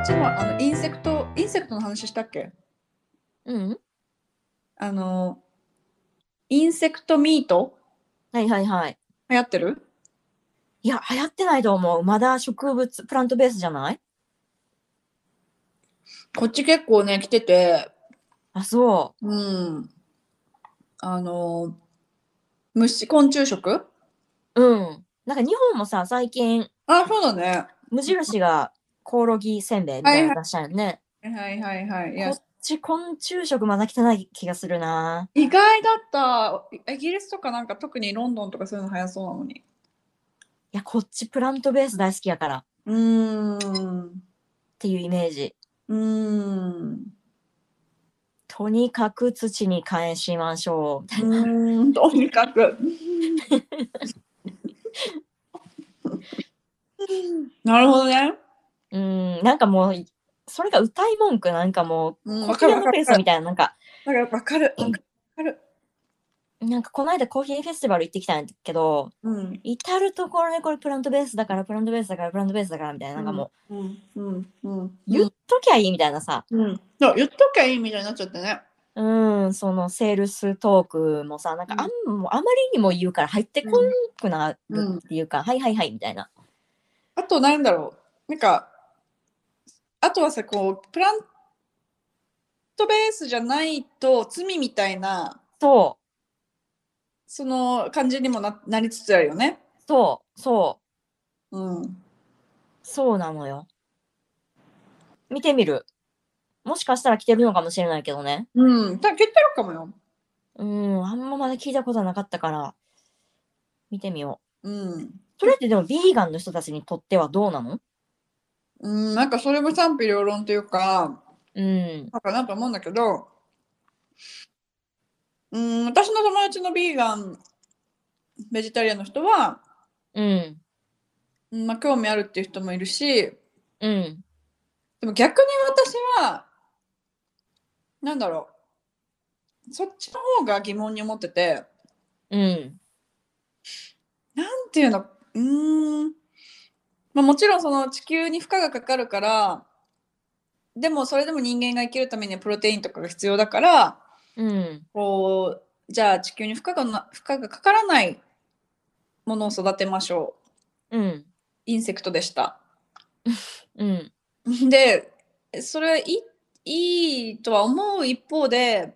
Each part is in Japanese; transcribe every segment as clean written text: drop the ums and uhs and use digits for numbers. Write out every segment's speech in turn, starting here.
ちもインセクトの話したっけ？ うん。 あの、インセクトミートはいはいはい。 流行ってる？ いや、流行ってないと思う。まだ植物、プラントベースじゃない？ こっち結構ね、来てて、 あ、そうん。あの、昆虫食。 う。うん。なんか日本もさ、最近、 あ、そうだね。 無印がコオロギせんべいみたいはいはなの出したよね。 いはいはいはい。いや、 こっち昆虫食まだ来てない気がするな。 意外だった。イギリスとかなんか特にロンドンとかそういうの流行そうなのに。 いや、こっちプラントベース大好きやからっうーん。 ていうイメージ。 うーん。 とにかく土に返しましょう。みたいな。 とにかく。なるほどね。 なんかもう、それが歌い文句なんかもう、 うん、 コピーわかるわかるペーストみたいな、なんか、 わかるわかる。 なんかこの間コーヒーフェスティバル行ってきたんやけど、 うん。 至るところでこれプラントベースだから、プラントベースだから、プラントベースだからみたいな、なんかうんもうんうんうんう、言っうんときゃいいみたいなさ、 うん。そう、言っときゃいいみたいになっちゃってね。 そのセールストークもさ、なんかうんもうあまりにも言うから入ってこうんんくなるうん。 っていうか、はいはいはいみたいな。 あとなんだろう。なんか、あとはさ、こう、プラントベースじゃないと罪みたいな、 そう、 その感じにもなりつつあるよね。 そう、そう、 うん。 そうなのよ。見てみる。もしかしたら来てるのかもしれないけどね。 うん。決定るかもよ。 あんままだ聞いたことなかったから、見てみよう。 うん。 それってでもビーガンの人たちにとってはどうなの？ うん、なんかそれも賛否両論というか、 うん、 なんかなと思うんだけど、うん、私の友達のビーガン、ベジタリアンの人は、 うん、 うん、まあ興味あるっていう人もいるし、 うん、 でも逆に私は、なんだろう、そっちの方が疑問に思ってて、 うん、 なんていうの、まあ、もちろんその地球に負荷がかかるから、でもそれでも人間が生きるためにはプロテインとかが必要だから、 うん、 こう、じゃあ地球に負荷がかからないものを育てましょう。 うん、 インセクトでした。 うん。 で、それいいとは思う一方で、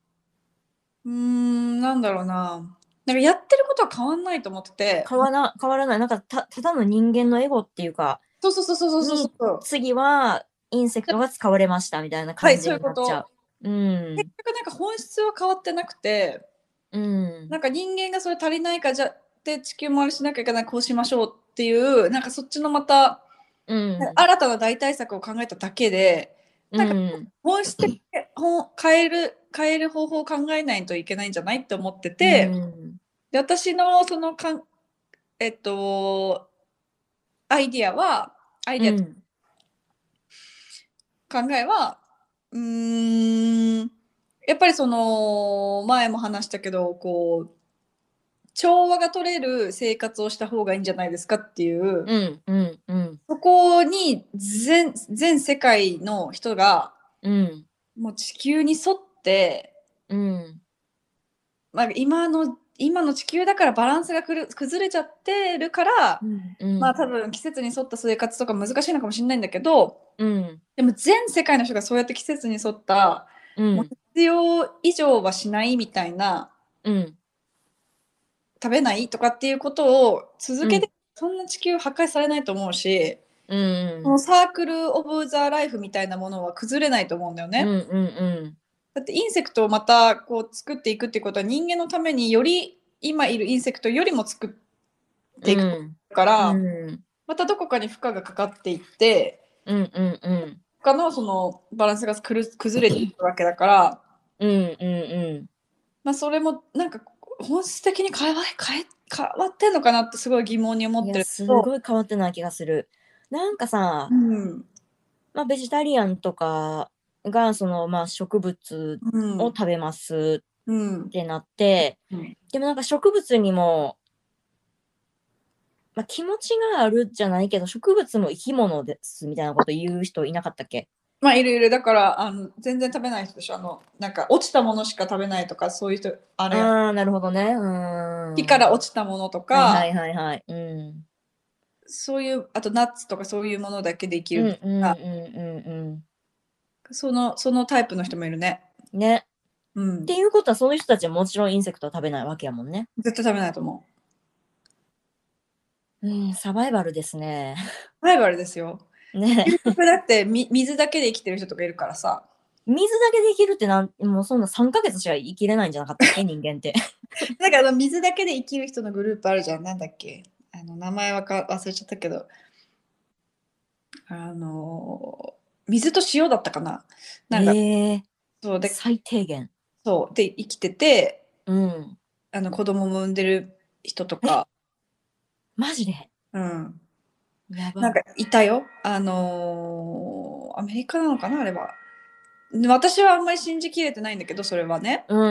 なんだろうな。なんかやってることは変わんないと思ってて、 変わらない。なんかただの人間のエゴっていうか、 そうそうそうそうそうそうに、 そう。 次はインセクトが使われましたみたいなはい、 感じそういうこと。 になっちゃう。うん、 結局なんか本質は変わってなくて、 うん、 なんか人間がそれ足りないかじゃで地球回りしなきゃいけないこうしましょうっていうなんかそっちのまたうん、 新たな代替策を考えただけで、 うなんかん、 本質的に変える方法を考えないといけないんじゃないって思ってうて、 ん、 で私のそのアイディアはアイディアうん、 考えはうーんやっぱりその前も話したけどこう調和が取れる生活をした方がいいんじゃないですかっていう、 うん、うん、うん、 そこに全世界の人がうん、 もう地球に沿って、 うん、 まあ、今の地球だからバランスが崩れちゃってるから、 うん、うん、 まあ多分季節に沿った生活とか難しいのかもしれないんだけど、 うん、 でも全世界の人がそうやって季節に沿ったもううん、 必要以上はしないみたいな、 うん、 食べないとかっていうことを続うん、 けてそんな地球破壊されないと思うし、 うん、 このサークル・オブ・ザ・ライフみたいなものは崩れないと思うんだようん、 ね。 うん、 だってインセクトをまたこう作っていくっていうことは人間のためにより今いるインセクトよりも作っていくうん、 かうら、 ん、 またどこかに負荷がかかっていってうん、うん、うん、 他のそのバランスが崩れていくわけだから、 うん、うん。 まあ、それもなんか本質的に変わってんのかなってすごい疑問に思いや、 ってるすと、 ごい変わってない気がする。なんかさ、 うん、 まあ、ベジタリアンとかが、まあ、植物うん、 を食べますうん、 ってなって、 うん、 でもなんか植物にも、 まあ、気持ちがあるじゃないけど、植物も生き物ですみたいなこと言う人いなかったっけ？ まあ、いるいる。だから、全然食べない人でしょ。なんか、落ちたものしか食べないとか、そういう人、あれや。 ああ、なるほどね。 木から落ちたものとはいはいか、 はいはい。うん。 そういう、あとナッツとかそういうものだけで生きるうんみたいな、 うんうんうんそのタイプの人もいるね。 うん。ね。 うん。 っていうことは、その人たちはもちろんインセクトは食べないわけやもんね。 絶対食べないと思うん、サバイバルですね。 う。ライバルですよ。 ね。 究極だって水だけで生きてる人とかいるからさ。 水だけで生きるってもうそんな3ヶ月しか生きれないんじゃなかったっけ、人間って。 なんか水だけで生きる人のグループあるじゃん。なんだっけ。名前忘れちゃったけど、あの、水と塩だったかな。なんか、 ええ、 そうで、 最低限。 そうで生きてて、 うん。 子供も産んでる人とえ、 か、 マジでうん。 やば。 なんかいたよ。アメリカなのかな、あれは。私はあんまり信じきれてないんだけど、それはね。 うん。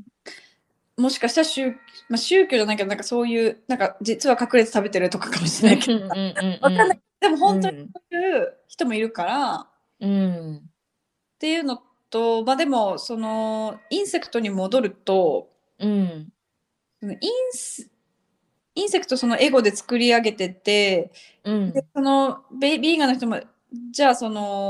もしかしたらまあ、宗教じゃないけど、なんかそういう、なんか実は隠れて食べてるとかかもしうんうれないけど、わかんない。 んでもうん本当にうん。 そういう人もいるから、っうん。 ていうのと、まあでも、インセクトに戻ると、 うん。 そのインセクトそのエゴで作り上げてて、で、 うん。 ビーガンの人も、じゃあ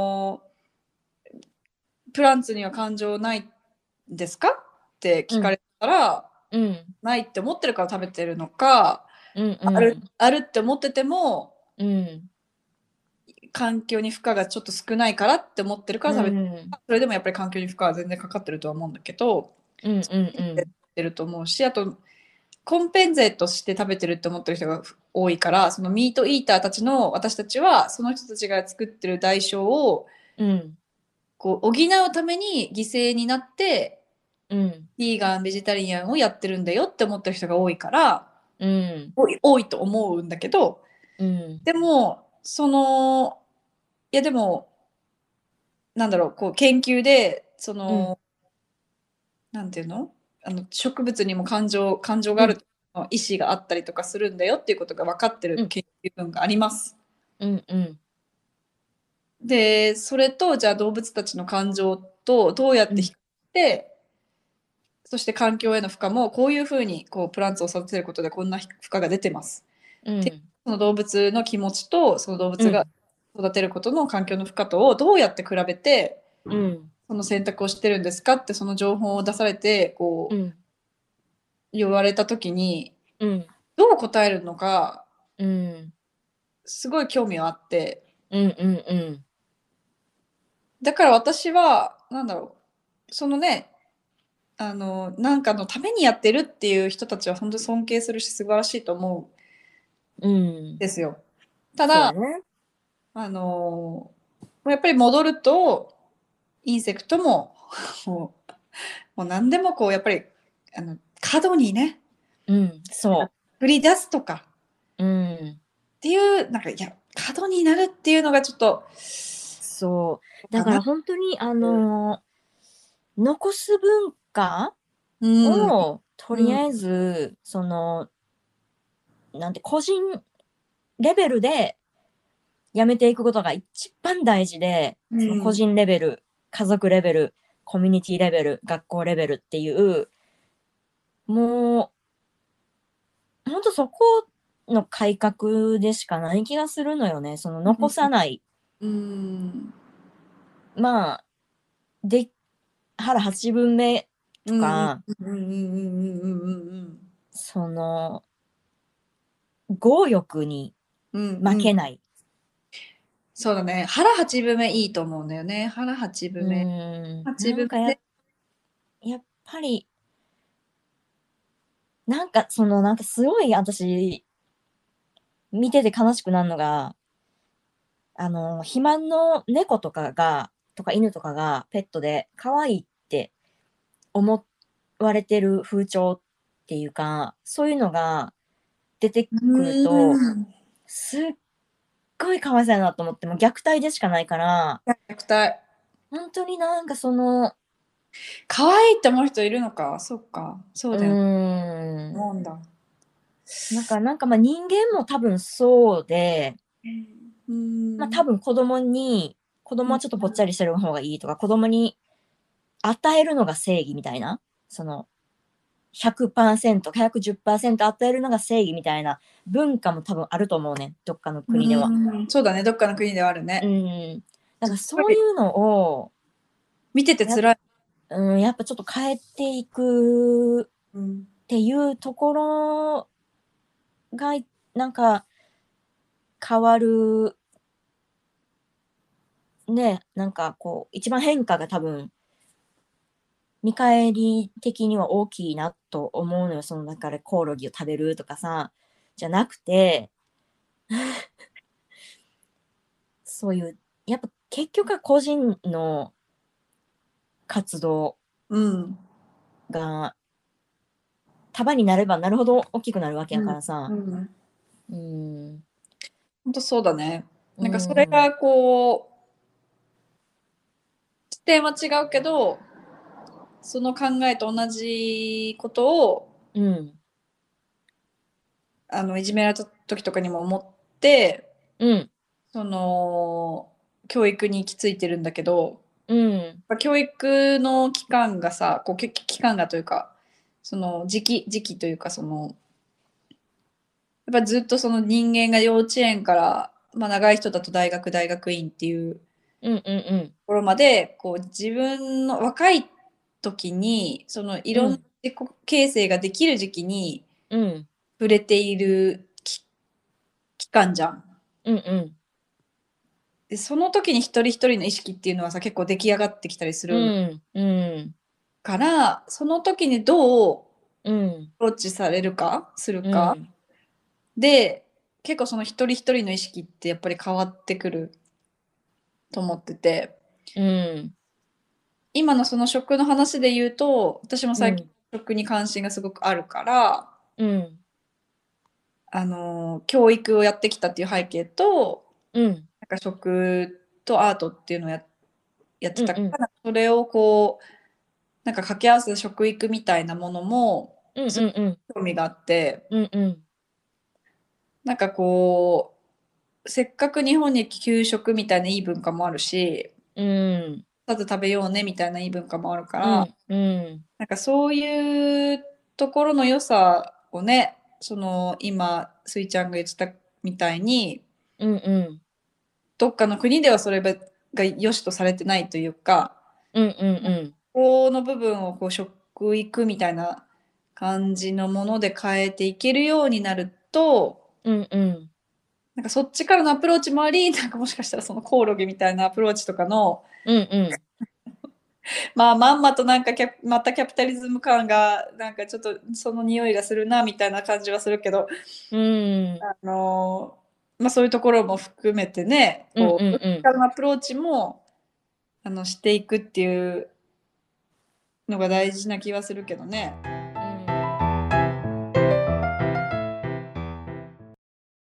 プランツには感情ないんですかってうん。 聞かれたら、 うん。 ないって思ってるから食べてるのか、 うん。 ある、 うん。 あるって思ってても、 うん。 環境に負荷がちょっと少ないからって思ってるかうら食べてる。 ん。 それでもやっぱり環境に負荷は全然かかってるとは思うんだけど、 うん。うん。うん。 ってると思うし、あと、コンペンゼートして食べてるって思ってる人が多いから、そのミートイーターたちの私たちは、その人たちが作ってる代償をうん。 こう補うために犠牲になって、 うん。 ビーガン、ベジタリアンをやってるんだよって思ってる人が多いから、 うん。 多いと思うんだけど、 うん。 でも、いやでも、なんだろう、こう研究で、 うん。 なんていうの、植物にも感情がうん。 ある、意思があったりとかするんだよっていうことが分かってる研究分があります。 うん。うん。 で、それと、じゃあ動物たちの感情とどうやって比較して、そして環境への負荷もこういうふうにこうプランツを育てることでこんな負荷が出てます。で、 うん。 その動物の気持ちとその動物がうん。 育てることの環境の負荷とをどうやって比べてうん。 その選択をしてるんですかって、その情報を出されてこううん。 言われた時にうん。 どう答えるのかうん。 すごい興味はあって、 うん。うん。うん。 だから私はなんだろう、そのね、なんかのためにやってるっていう人たちは本当に尊敬するし素晴らしいと思うんうん。 ですよ。ただ、 そうやね。 やっぱり戻るとインセクトもももう何でもこうやっぱり過度にねうん。そ振り出すとかう。うん。 っていうなんか、いや過度になるっていうのがちょっとそう。だからかな。 本当に、残す文化うんを、とうんりあえず、なんて、個人レベルでやめていくことが一番大事で、その個うん人レベル、家族レベル、コミュニティレベル、学校レベルっていう、もう、ほんとそこの改革でしかない気がするのよね。その残さない。 うんまあ、で、腹八分目とうんうんか、 うんうんうんうんその、強欲にうんうん。 負けない。 そうだね。腹八分目いいと思うんだよね。腹八う分目。 ーん、 八分目で。 やっぱり、なんかすごい私、見てて悲しくなるのが、肥満の猫とか犬とかがペットで可愛いって思われてる風潮っていうか、そういうのが出てうくると、 ん。 すっごいかわいそうやなと思って、もう虐待でしかないから、 虐待。 本当に可愛いって思う人いるのか。そっか。そううだよね。 ーん、 思うんだ。 なんかまあ人間も多分そうで、まあ多うん。 分子供はちょっとぽっちゃりしてる方がいいとか、子供に与えるのが正義みたいな、その100%、110%与えるのが正義みたいな文化も多分あると思うね。どっかの国では。 そうだね、どっかの国ではあるうね。 ん。だからやっぱりそういうのを、 見てて辛い。 やっぱちょっと変えていくうん。 っていうところが、なんか変わる、ね、なんかこう、一番変化が多分、見返り的には大きいなと思うのよ。その中でコオロギを食べるとかさ、じゃなくて、そういう、やっぱ結局は個人の活動うん。 が束になればなるほど大きくなるわけやかうん。 らさ。 うん。 うん。 本当そうだね。 うなんかそれん。 がこう、視点は違うけど、その考えと同じことを、 うん。 いじめられた時とかにも思って、 うん。 その、教育に行き着いてるんだけど、 うん。 教育の期間がさ、こう、期間がというか、その時期というか、その、やっぱずっとその人間が幼稚園から、まあ長い人だと大学院っていうとうん。うん。 ころまで、こう自分の若い時に、そのいろんなうん。 自己形成ができる時期にうん。 触れている期間じゃん。 うん。うん。 で、その時に一人一人の意識っていうのはさ、結構出来上がってきたりすうるん。うん。 から、その時にどううん。 アプローチされるか、するうか。 ん。 で、結構その一人一人の意識ってやっぱり変わってくると思ってて、 うん。 今のその食の話で言うと、私も最近うん。 食に関心がすごくあるから、 うん。 教育をやってきたっていう背景と、 うん。 なんか食とアートっていうのをやってうん。うん。 たから、それをこう、なんか掛け合わせた食育みたいなものも、 うん。 すごうん。 く興味があって、 うん。うん。 なんかこう、せっかく日本に給食みたいないい文化もあるし、 うん。 まず食べようねみたいないい文化もあるから、 うん。うん。 なんかそういうところの良さをね、その今、スイちゃんが言ってたみたいに、 うん。うん。 どっかの国ではそれが良しとされてないというか、 うん。うん。 ここの部分をこう食育みたいな感じのもので変えていけるようになると、 うん。うん。 なんかそっちからのアプローチもあり、なんかもしかしたらそのコオロギみたいなアプローチとかの、 うん。うん。 まあまんまとなんかまたキャピタリズム感がなんかちょっとその匂いがするなみたいな感じはするけど、 うん。 まあそういうところも含めてね、 うん。 こう、どっちうん。 からのアプローチもしていくっていうのが大事な気はするけどね。